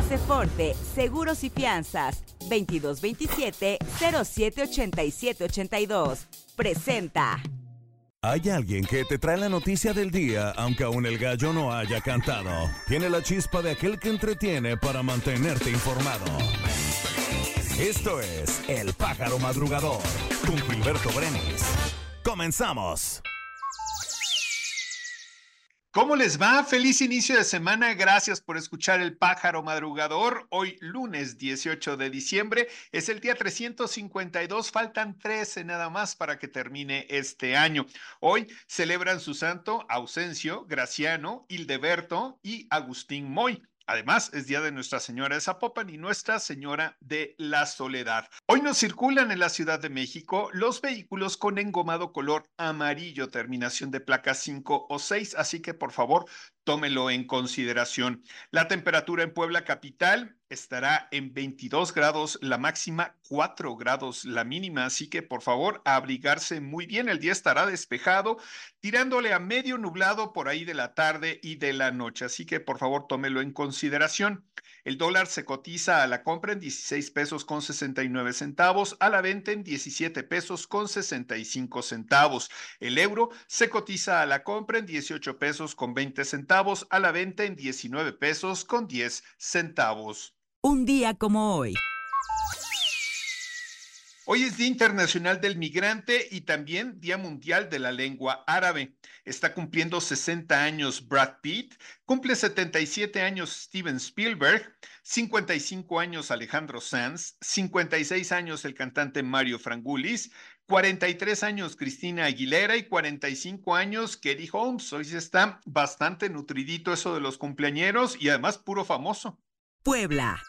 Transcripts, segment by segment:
Paseforte, Seguros y Fianzas, 2227-078782. Presenta. Hay alguien que te trae la noticia del día, aunque aún el gallo no haya cantado. Tiene la chispa de aquel que entretiene para mantenerte informado. Esto es El Pájaro Madrugador, con Gilberto Brenis. ¡Comenzamos! ¿Cómo les va? Feliz inicio de semana. Gracias por escuchar El Pájaro Madrugador. Hoy, lunes 18 de diciembre, es el día 352. Faltan 13 nada más para que termine este año. Hoy celebran su santo Ausencio, Graciano, Hildeberto y Agustín Moy. Además, es día de Nuestra Señora de Zapopan y Nuestra Señora de la Soledad. Hoy no circulan en la Ciudad de México los vehículos con engomado color amarillo, terminación de placa 5 o 6, así que por favor, tómelo en consideración. La temperatura en Puebla capital estará en 22 grados, la máxima 4 grados la mínima, así que por favor, a abrigarse muy bien. El día estará despejado, tirándole a medio nublado por ahí de la tarde y de la noche, así que por favor, tómelo en consideración. El dólar se cotiza a la compra en 16 pesos con 69 centavos, a la venta en 17 pesos con 65 centavos. El euro se cotiza a la compra en 18 pesos con 20 centavos, a la venta en 19 pesos con 10 centavos. Un día como hoy. Hoy es Día Internacional del Migrante y también Día Mundial de la Lengua Árabe. Está cumpliendo 60 años Brad Pitt, cumple 77 años Steven Spielberg, 55 años Alejandro Sanz, 56 años el cantante Mario Frangulis, 43 años Cristina Aguilera y 45 años Katie Holmes. Hoy se está bastante nutridito eso de los cumpleañeros y además puro famoso. Puebla.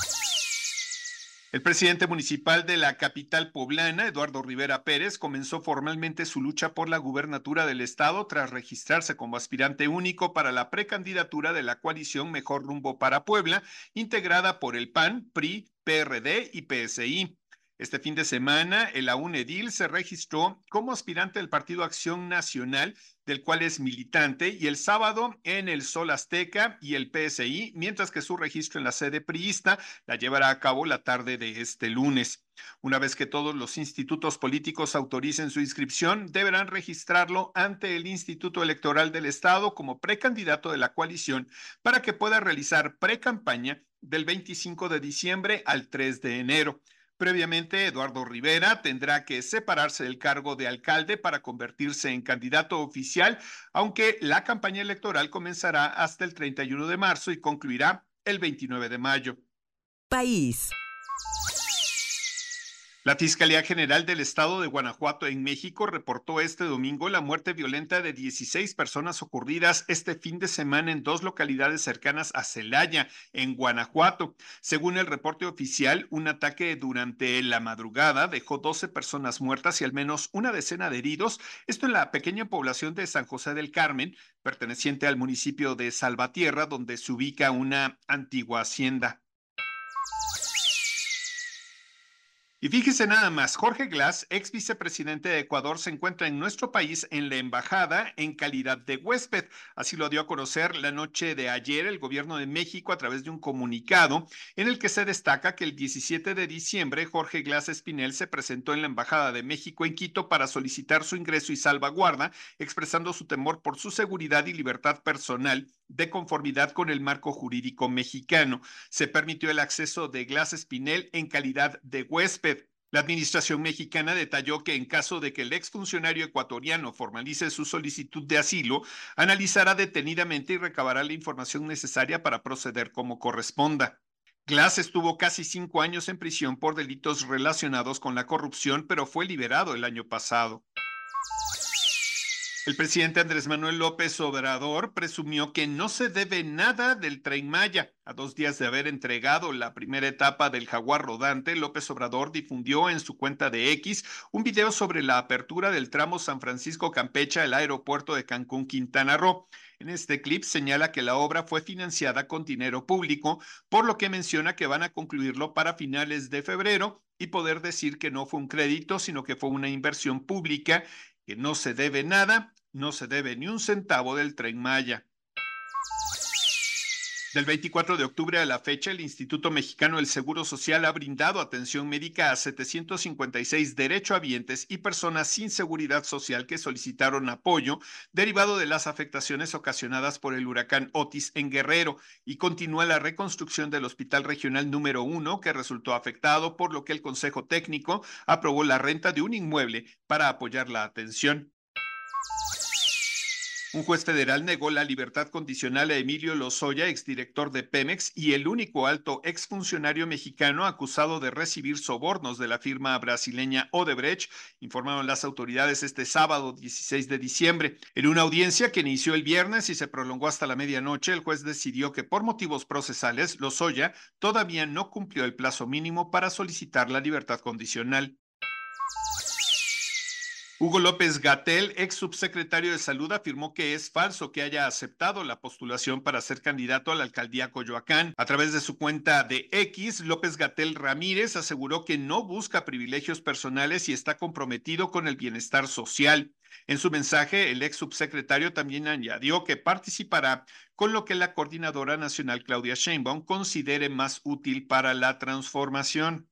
El presidente municipal de la capital poblana, Eduardo Rivera Pérez, comenzó formalmente su lucha por la gubernatura del estado tras registrarse como aspirante único para la precandidatura de la coalición Mejor Rumbo para Puebla, integrada por el PAN, PRI, PRD y PSI. Este fin de semana, el aún edil se registró como aspirante del Partido Acción Nacional, del cual es militante, y el sábado en el Sol Azteca y el PSI, mientras que su registro en la sede priista la llevará a cabo la tarde de este lunes. Una vez que todos los institutos políticos autoricen su inscripción, deberán registrarlo ante el Instituto Electoral del Estado como precandidato de la coalición para que pueda realizar precampaña del 25 de diciembre al 3 de enero. Previamente, Eduardo Rivera tendrá que separarse del cargo de alcalde para convertirse en candidato oficial, aunque la campaña electoral comenzará hasta el 31 de marzo y concluirá el 29 de mayo. País. La Fiscalía General del Estado de Guanajuato en México reportó este domingo la muerte violenta de 16 personas ocurridas este fin de semana en dos localidades cercanas a Celaya, en Guanajuato. Según el reporte oficial, un ataque durante la madrugada dejó 12 personas muertas y al menos una decena de heridos, esto en la pequeña población de San José del Carmen, perteneciente al municipio de Salvatierra, donde se ubica una antigua hacienda. Y fíjese nada más, Jorge Glass, ex vicepresidente de Ecuador, se encuentra en nuestro país en la embajada en calidad de huésped. Así lo dio a conocer la noche de ayer el gobierno de México a través de un comunicado en el que se destaca que el 17 de diciembre Jorge Glass Espinel se presentó en la embajada de México en Quito para solicitar su ingreso y salvaguarda, expresando su temor por su seguridad y libertad personal de conformidad con el marco jurídico mexicano. Se permitió el acceso de Glass Espinel en calidad de huésped. La administración mexicana detalló que en caso de que el exfuncionario ecuatoriano formalice su solicitud de asilo, analizará detenidamente y recabará la información necesaria para proceder como corresponda. Glass estuvo casi 5 años en prisión por delitos relacionados con la corrupción, pero fue liberado el año pasado. El presidente Andrés Manuel López Obrador presumió que no se debe nada del Tren Maya. A 2 días de haber entregado la primera etapa del Jaguar rodante, López Obrador difundió en su cuenta de X un video sobre la apertura del tramo San Francisco-Campeche al aeropuerto de Cancún, Quintana Roo. En este clip señala que la obra fue financiada con dinero público, por lo que menciona que van a concluirlo para finales de febrero y poder decir que no fue un crédito, sino que fue una inversión pública, que no se debe nada, no se debe ni un centavo del Tren Maya. Del 24 de octubre a la fecha, el Instituto Mexicano del Seguro Social ha brindado atención médica a 756 derechohabientes y personas sin seguridad social que solicitaron apoyo derivado de las afectaciones ocasionadas por el huracán Otis en Guerrero, y continúa la reconstrucción del Hospital Regional número 1 que resultó afectado, por lo que el Consejo Técnico aprobó la renta de un inmueble para apoyar la atención. Un juez federal negó la libertad condicional a Emilio Lozoya, exdirector de Pemex y el único alto exfuncionario mexicano acusado de recibir sobornos de la firma brasileña Odebrecht, informaron las autoridades este sábado 16 de diciembre. En una audiencia que inició el viernes y se prolongó hasta la medianoche, el juez decidió que por motivos procesales, Lozoya todavía no cumplió el plazo mínimo para solicitar la libertad condicional. Hugo López-Gatell, ex subsecretario de Salud, afirmó que es falso que haya aceptado la postulación para ser candidato a la alcaldía Coyoacán. A través de su cuenta de X, López-Gatell Ramírez aseguró que no busca privilegios personales y está comprometido con el bienestar social. En su mensaje, el ex subsecretario también añadió que participará con lo que la coordinadora nacional Claudia Sheinbaum considere más útil para la transformación.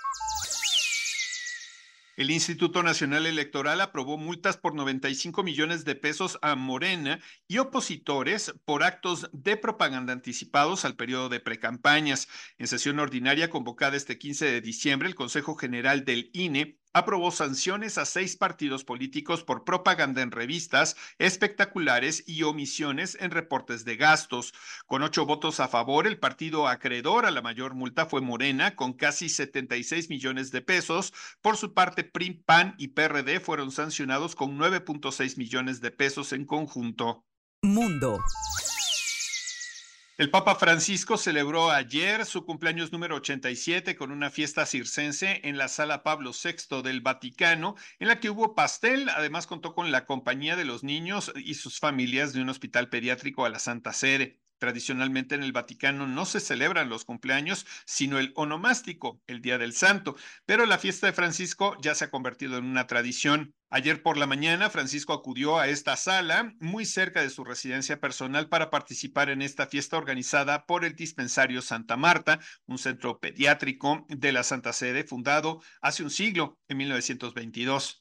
El Instituto Nacional Electoral aprobó multas por 95 millones de pesos a Morena y opositores por actos de propaganda anticipados al periodo de precampañas. En sesión ordinaria convocada este 15 de diciembre, el Consejo General del INE aprobó sanciones a 6 partidos políticos por propaganda en revistas, espectaculares y omisiones en reportes de gastos. Con 8 votos a favor, el partido acreedor a la mayor multa fue Morena, con casi 76 millones de pesos. Por su parte, PRI, PAN y PRD fueron sancionados con 9.6 millones de pesos en conjunto. Mundo. El Papa Francisco celebró ayer su cumpleaños número 87 con una fiesta circense en la Sala Pablo VI del Vaticano, en la que hubo pastel. Además, contó con la compañía de los niños y sus familias de un hospital pediátrico a la Santa Sede. Tradicionalmente en el Vaticano no se celebran los cumpleaños, sino el onomástico, el Día del Santo, pero la fiesta de Francisco ya se ha convertido en una tradición. Ayer por la mañana, Francisco acudió a esta sala, muy cerca de su residencia personal, para participar en esta fiesta organizada por el Dispensario Santa Marta, un centro pediátrico de la Santa Sede fundado hace un siglo, en 1922.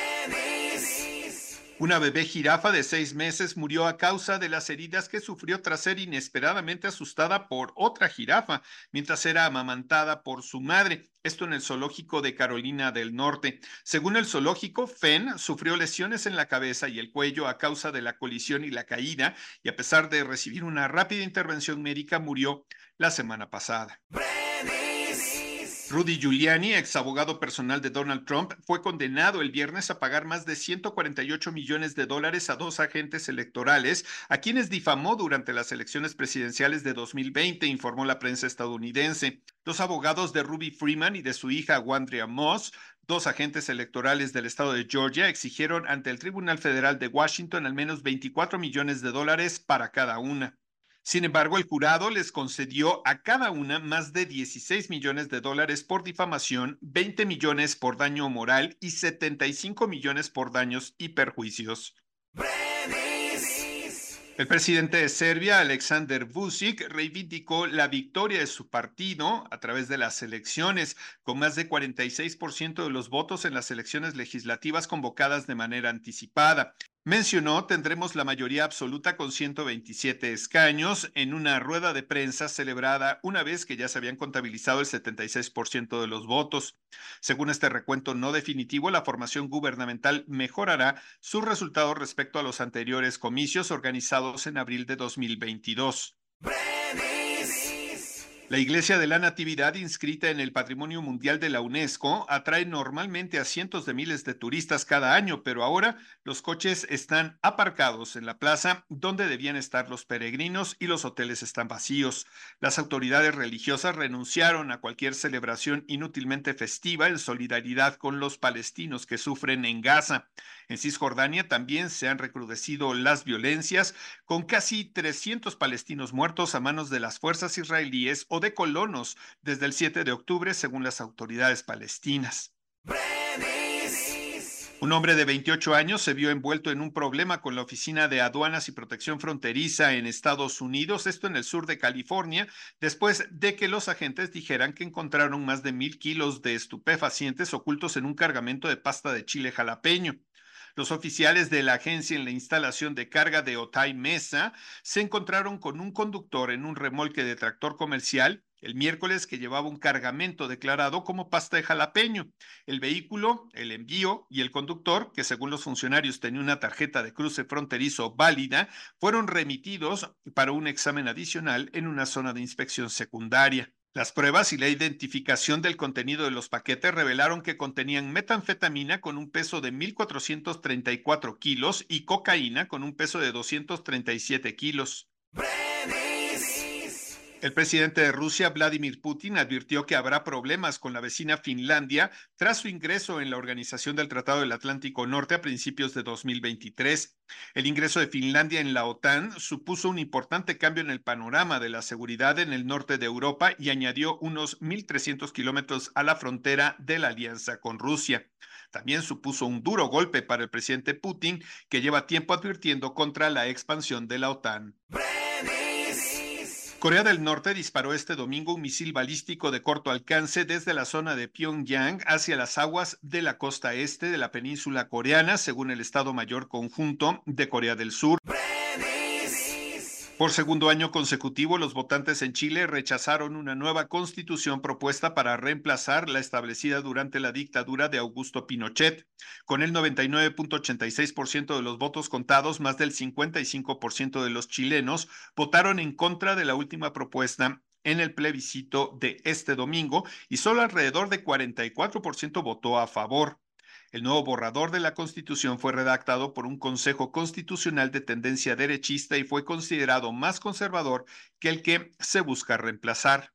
Una bebé jirafa de 6 meses murió a causa de las heridas que sufrió tras ser inesperadamente asustada por otra jirafa mientras era amamantada por su madre. Esto en el zoológico de Carolina del Norte. Según el zoológico, Fenn sufrió lesiones en la cabeza y el cuello a causa de la colisión y la caída, y a pesar de recibir una rápida intervención médica, murió la semana pasada. Rudy Giuliani, ex abogado personal de Donald Trump, fue condenado el viernes a pagar más de 148 millones de dólares a 2 agentes electorales, a quienes difamó durante las elecciones presidenciales de 2020, informó la prensa estadounidense. Los abogados de Ruby Freeman y de su hija Wandrea Moss, 2 agentes electorales del estado de Georgia, exigieron ante el Tribunal Federal de Washington al menos 24 millones de dólares para cada una. Sin embargo, el jurado les concedió a cada una más de 16 millones de dólares por difamación, 20 millones por daño moral y 75 millones por daños y perjuicios. El presidente de Serbia, Aleksandar Vučić, reivindicó la victoria de su partido a través de las elecciones, con más de 46% de los votos en las elecciones legislativas convocadas de manera anticipada. Mencionó: tendremos la mayoría absoluta con 127 escaños, en una rueda de prensa celebrada una vez que ya se habían contabilizado el 76% de los votos. Según este recuento no definitivo, la formación gubernamental mejorará sus resultados respecto a los anteriores comicios organizados en abril de 2022. La Iglesia de la Natividad, inscrita en el Patrimonio Mundial de la UNESCO, atrae normalmente a cientos de miles de turistas cada año, pero ahora los coches están aparcados en la plaza donde debían estar los peregrinos y los hoteles están vacíos. Las autoridades religiosas renunciaron a cualquier celebración inútilmente festiva en solidaridad con los palestinos que sufren en Gaza. En Cisjordania también se han recrudecido las violencias, con casi 300 palestinos muertos a manos de las fuerzas israelíes o de colonos desde el 7 de octubre, según las autoridades palestinas. Un hombre de 28 años se vio envuelto en un problema con la Oficina de Aduanas y Protección Fronteriza en Estados Unidos, esto en el sur de California, después de que los agentes dijeran que encontraron más de 1,000 kilos de estupefacientes ocultos en un cargamento de pasta de chile jalapeño. Los oficiales de la agencia en la instalación de carga de Otay Mesa se encontraron con un conductor en un remolque de tractor comercial el miércoles que llevaba un cargamento declarado como pasta de jalapeño. El vehículo, el envío y el conductor, que según los funcionarios tenía una tarjeta de cruce fronterizo válida, fueron remitidos para un examen adicional en una zona de inspección secundaria. Las pruebas y la identificación del contenido de los paquetes revelaron que contenían metanfetamina con un peso de 1,434 kilos y cocaína con un peso de 237 kilos. El presidente de Rusia, Vladimir Putin, advirtió que habrá problemas con la vecina Finlandia tras su ingreso en la Organización del Tratado del Atlántico Norte a principios de 2023. El ingreso de Finlandia en la OTAN supuso un importante cambio en el panorama de la seguridad en el norte de Europa y añadió unos 1,300 kilómetros a la frontera de la alianza con Rusia. También supuso un duro golpe para el presidente Putin, que lleva tiempo advirtiendo contra la expansión de la OTAN. Corea del Norte disparó este domingo un misil balístico de corto alcance desde la zona de Pyongyang hacia las aguas de la costa este de la península coreana, según el Estado Mayor Conjunto de Corea del Sur. Por segundo año consecutivo, los votantes en Chile rechazaron una nueva constitución propuesta para reemplazar la establecida durante la dictadura de Augusto Pinochet. Con el 99,86% de los votos contados, más del 55% de los chilenos votaron en contra de la última propuesta en el plebiscito de este domingo y solo alrededor de 44% votó a favor. El nuevo borrador de la Constitución fue redactado por un Consejo Constitucional de tendencia derechista y fue considerado más conservador que el que se busca reemplazar.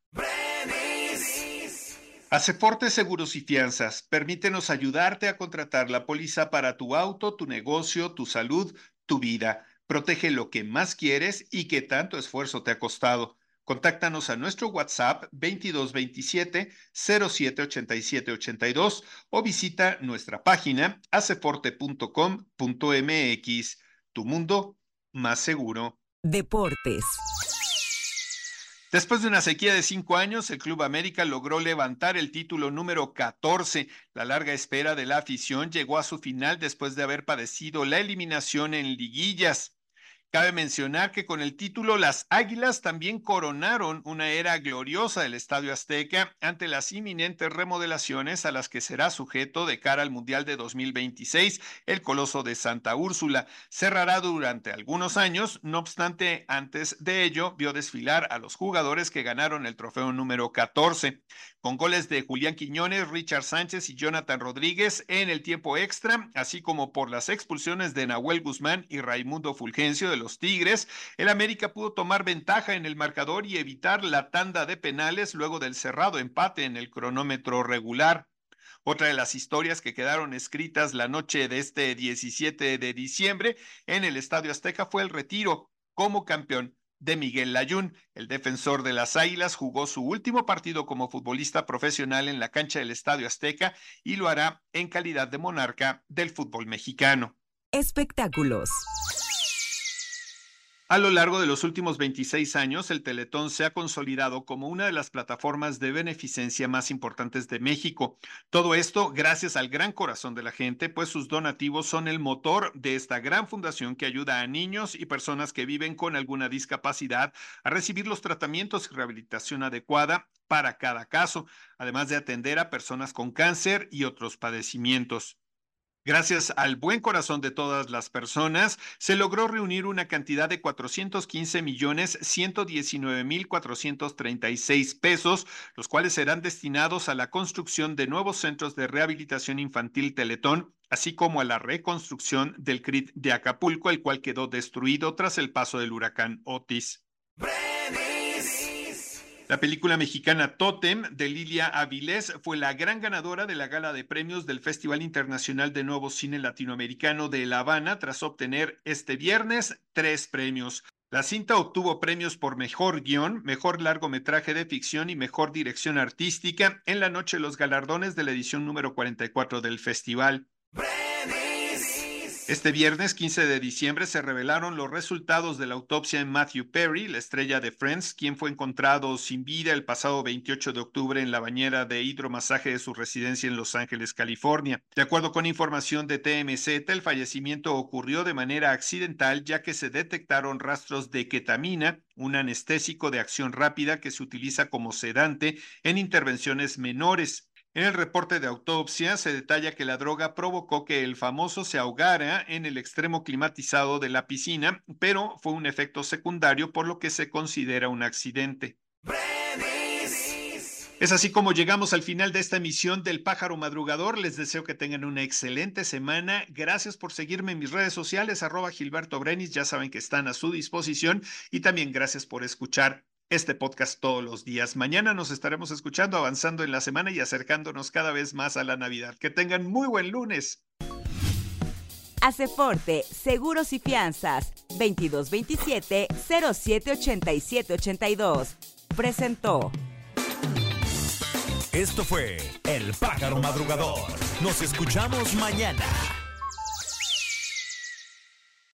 Aceforte Seguros y Fianzas, permítenos ayudarte a contratar la póliza para tu auto, tu negocio, tu salud, tu vida. Protege lo que más quieres y que tanto esfuerzo te ha costado. Contáctanos a nuestro WhatsApp 2227 0787 82 o visita nuestra página aceforte.com.mx. Tu mundo más seguro. Deportes. Después de una sequía de 5 años, el Club América logró levantar el título número 14. La larga espera de la afición llegó a su final después de haber padecido la eliminación en liguillas. Cabe mencionar que con el título las Águilas también coronaron una era gloriosa del Estadio Azteca ante las inminentes remodelaciones a las que será sujeto de cara al Mundial de 2026. El Coloso de Santa Úrsula cerrará durante algunos años, no obstante, antes de ello vio desfilar a los jugadores que ganaron el trofeo número 14. Con goles de Julián Quiñones, Richard Sánchez y Jonathan Rodríguez en el tiempo extra, así como por las expulsiones de Nahuel Guzmán y Raimundo Fulgencio de los Tigres, el América pudo tomar ventaja en el marcador y evitar la tanda de penales luego del cerrado empate en el cronómetro regular. Otra de las historias que quedaron escritas la noche de este 17 de diciembre en el Estadio Azteca fue el retiro como campeón de Miguel Layún. El defensor de las Águilas jugó su último partido como futbolista profesional en la cancha del Estadio Azteca y lo hará en calidad de monarca del fútbol mexicano. Espectáculos. A lo largo de los últimos 26 años, el Teletón se ha consolidado como una de las plataformas de beneficencia más importantes de México. Todo esto gracias al gran corazón de la gente, pues sus donativos son el motor de esta gran fundación que ayuda a niños y personas que viven con alguna discapacidad a recibir los tratamientos y rehabilitación adecuada para cada caso, además de atender a personas con cáncer y otros padecimientos. Gracias al buen corazón de todas las personas, se logró reunir una cantidad de 415,119,436 pesos, los cuales serán destinados a la construcción de nuevos centros de rehabilitación infantil Teletón, así como a la reconstrucción del CRIT de Acapulco, el cual quedó destruido tras el paso del huracán Otis. La película mexicana Tótem de Lilia Avilés fue la gran ganadora de la gala de premios del Festival Internacional de Nuevo Cine Latinoamericano de La Habana tras obtener este viernes 3 premios. La cinta obtuvo premios por mejor guión, mejor largometraje de ficción y mejor dirección artística en la noche de los galardones de la edición número 44 del festival. Este viernes 15 de diciembre se revelaron los resultados de la autopsia en Matthew Perry, la estrella de Friends, quien fue encontrado sin vida el pasado 28 de octubre en la bañera de hidromasaje de su residencia en Los Ángeles, California. De acuerdo con información de TMZ, el fallecimiento ocurrió de manera accidental ya que se detectaron rastros de ketamina, un anestésico de acción rápida que se utiliza como sedante en intervenciones menores. En el reporte de autopsia se detalla que la droga provocó que el famoso se ahogara en el extremo climatizado de la piscina, pero fue un efecto secundario por lo que se considera un accidente. Es así como llegamos al final de esta emisión del Pájaro Madrugador. Les deseo que tengan una excelente semana. Gracias por seguirme en mis redes sociales, @GilbertoBrenis, ya saben que están a su disposición, y también gracias por escuchar este podcast todos los días. Mañana nos estaremos escuchando, avanzando en la semana y acercándonos cada vez más a la Navidad. Que tengan muy buen lunes. Aceforte, Seguros y Fianzas, 2227-078782. Presentó. Esto fue El Pájaro Madrugador. Nos escuchamos mañana.